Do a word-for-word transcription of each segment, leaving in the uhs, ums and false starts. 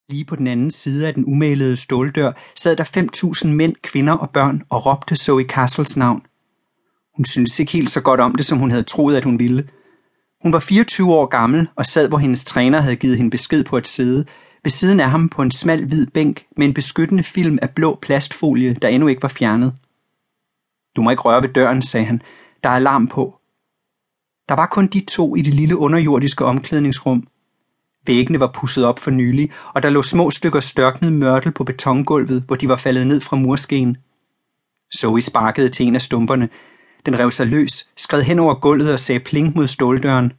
Lige på den anden side af den umalede ståldør sad der fem tusind mænd, kvinder og børn og råbte Zoe Castles navn. Hun syntes ikke helt så godt om det, som hun havde troet, at hun ville. Hun var fireogtyve år gammel og sad, hvor hendes træner havde givet hende besked på at sidde, ved siden af ham på en smal hvid bænk med en beskyttende film af blå plastfolie, der endnu ikke var fjernet. Du må ikke røre ved døren, sagde han. Der er alarm på. Der var kun de to i det lille underjordiske omklædningsrum. Væggene var pudset op for nylig, og der lå små stykker størknet mørtel på betongulvet, hvor de var faldet ned fra murskeen. Zoe sparkede til en af stumperne. Den rev sig løs, skred hen over gulvet og sagde plink mod ståldøren.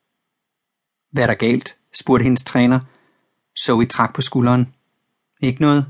Hvad er der galt? Spurgte hendes træner. Zoe trak på skulderen. Ikke noget.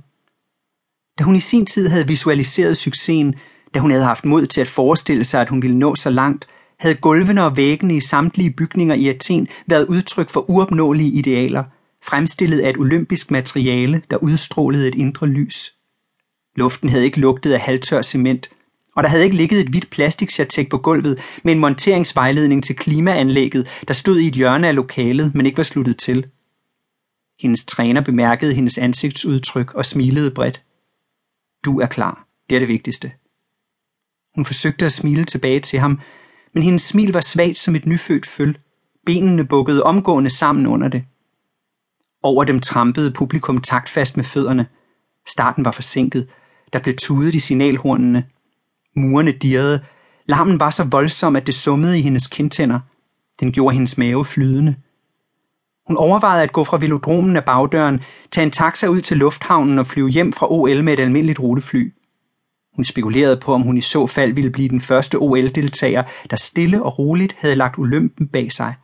Da hun i sin tid havde visualiseret succesen, da hun havde haft mod til at forestille sig, at hun ville nå så langt, havde gulvene og væggene i samtlige bygninger i Athen været udtryk for uopnåelige idealer, fremstillet af et olympisk materiale, der udstrålede et indre lys. Luften havde ikke lugtet af halvtør cement, og der havde ikke ligget et hvidt plastikchartek på gulvet med en monteringsvejledning til klimaanlægget, der stod i et hjørne af lokalet, men ikke var sluttet til. Hendes træner bemærkede hendes ansigtsudtryk og smilede bredt. Du er klar. Det er det vigtigste. Hun forsøgte at smile tilbage til ham, men hendes smil var svagt som et nyfødt føl. Benene bukkede omgående sammen under det. Over dem trampede publikum taktfast med fødderne. Starten var forsinket. Der blev tudet i signalhornene. Murene dirrede. Larmen var så voldsom, at det summede i hendes kindtænder. Den gjorde hendes mave flydende. Hun overvejede at gå fra velodromen af bagdøren, tage en taxa ud til lufthavnen og flyve hjem fra O L med et almindeligt rutefly. Hun spekulerede på, om hun i så fald ville blive den første O L-deltager, der stille og roligt havde lagt Olympen bag sig.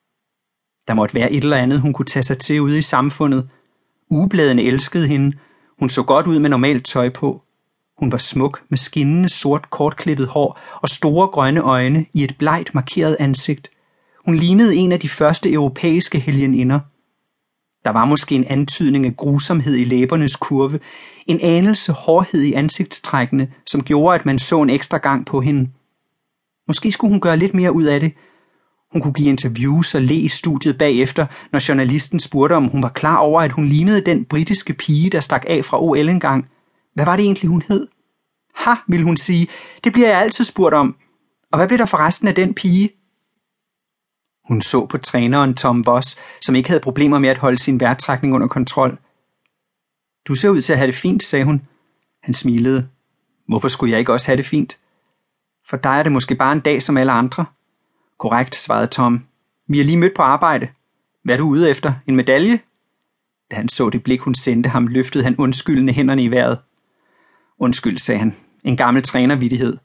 Der måtte være et eller andet, hun kunne tage sig til ude i samfundet. Ugebladene elskede hende. Hun så godt ud med normalt tøj på. Hun var smuk med skinnende sort kortklippet hår og store grønne øjne i et blegt markeret ansigt. Hun lignede en af de første europæiske helgeninder. Der var måske en antydning af grusomhed i læbernes kurve, en anelse hårdhed i ansigtstrækkene, som gjorde, at man så en ekstra gang på hende. Måske skulle hun gøre lidt mere ud af det. Hun kunne give interviews og le i studiet bagefter, når journalisten spurgte, om hun var klar over, at hun lignede den britiske pige, der stak af fra O L engang. Hvad var det egentlig, hun hed? Ha, ville hun sige. Det bliver jeg altid spurgt om. Og hvad blev der forresten af den pige? Hun så på træneren Tom Voss, som ikke havde problemer med at holde sin vejrtrækning under kontrol. Du ser ud til at have det fint, sagde hun. Han smilede. Hvorfor skulle jeg ikke også have det fint? For dig er det måske bare en dag som alle andre. Korrekt, svarede Tom. Vi er lige mødt på arbejde. Hvad er du ude efter? En medalje? Da han så det blik, hun sendte ham, løftede han undskyldende hænderne i vejret. Undskyld, sagde han. En gammel trænervittighed.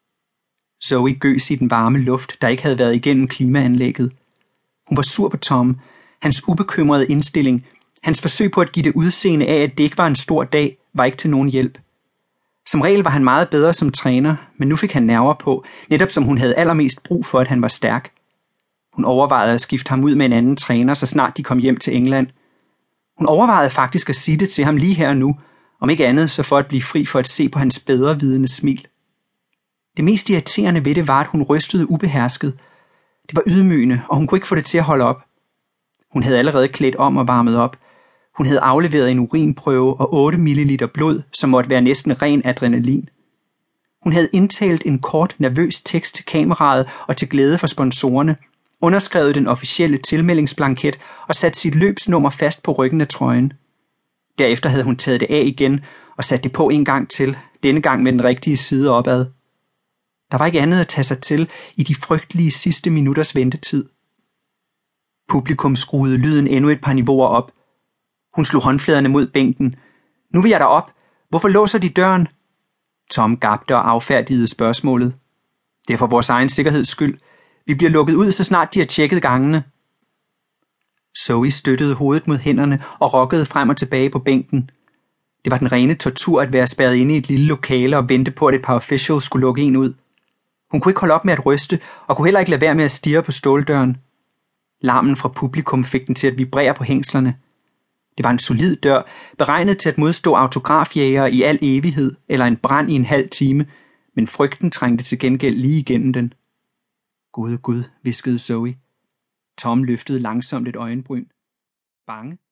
Zoe gøs i den varme luft, der ikke havde været igennem klimaanlægget. Hun var sur på Tom. Hans ubekymrede indstilling, hans forsøg på at give det udseende af, at det ikke var en stor dag, var ikke til nogen hjælp. Som regel var han meget bedre som træner, men nu fik han nerver på, netop som hun havde allermest brug for, at han var stærk. Hun overvejede at skifte ham ud med en anden træner, så snart de kom hjem til England. Hun overvejede faktisk at sige det til ham lige her og nu, om ikke andet så for at blive fri for at se på hans bedrevidende smil. Det mest irriterende ved det var, at hun rystede ubehersket. Det var ydmygende, og hun kunne ikke få det til at holde op. Hun havde allerede klædt om og varmet op. Hun havde afleveret en urinprøve og otte milliliter blod, som måtte være næsten ren adrenalin. Hun havde indtalt en kort, nervøs tekst til kameraet og til glæde for sponsorerne, underskrevet den officielle tilmeldingsblanket og sat sit løbsnummer fast på ryggen af trøjen. Derefter havde hun taget det af igen og sat det på en gang til, denne gang med den rigtige side opad. Der var ikke andet at tage sig til i de frygtelige sidste minutters ventetid. Publikum skruede lyden endnu et par niveauer op. Hun slog håndfladerne mod bænken. Nu vil jeg derop. Hvorfor låser de døren? Tom gabte og affærdigede spørgsmålet. Det er for vores egen sikkerheds skyld. Vi bliver lukket ud, så snart de har tjekket gangene. Zoe støttede hovedet mod hænderne og rokkede frem og tilbage på bænken. Det var den rene tortur at være spærret inde i et lille lokale og vente på, at et par officials skulle lukke en ud. Hun kunne ikke holde op med at ryste, og kunne heller ikke lade være med at stirre på ståldøren. Larmen fra publikum fik den til at vibrere på hængslerne. Det var en solid dør, beregnet til at modstå autografjægere i al evighed, eller en brand i en halv time, men frygten trængte til gengæld lige igennem den. Gode Gud, hviskede Zoe. Tom løftede langsomt et øjenbryn. Bange?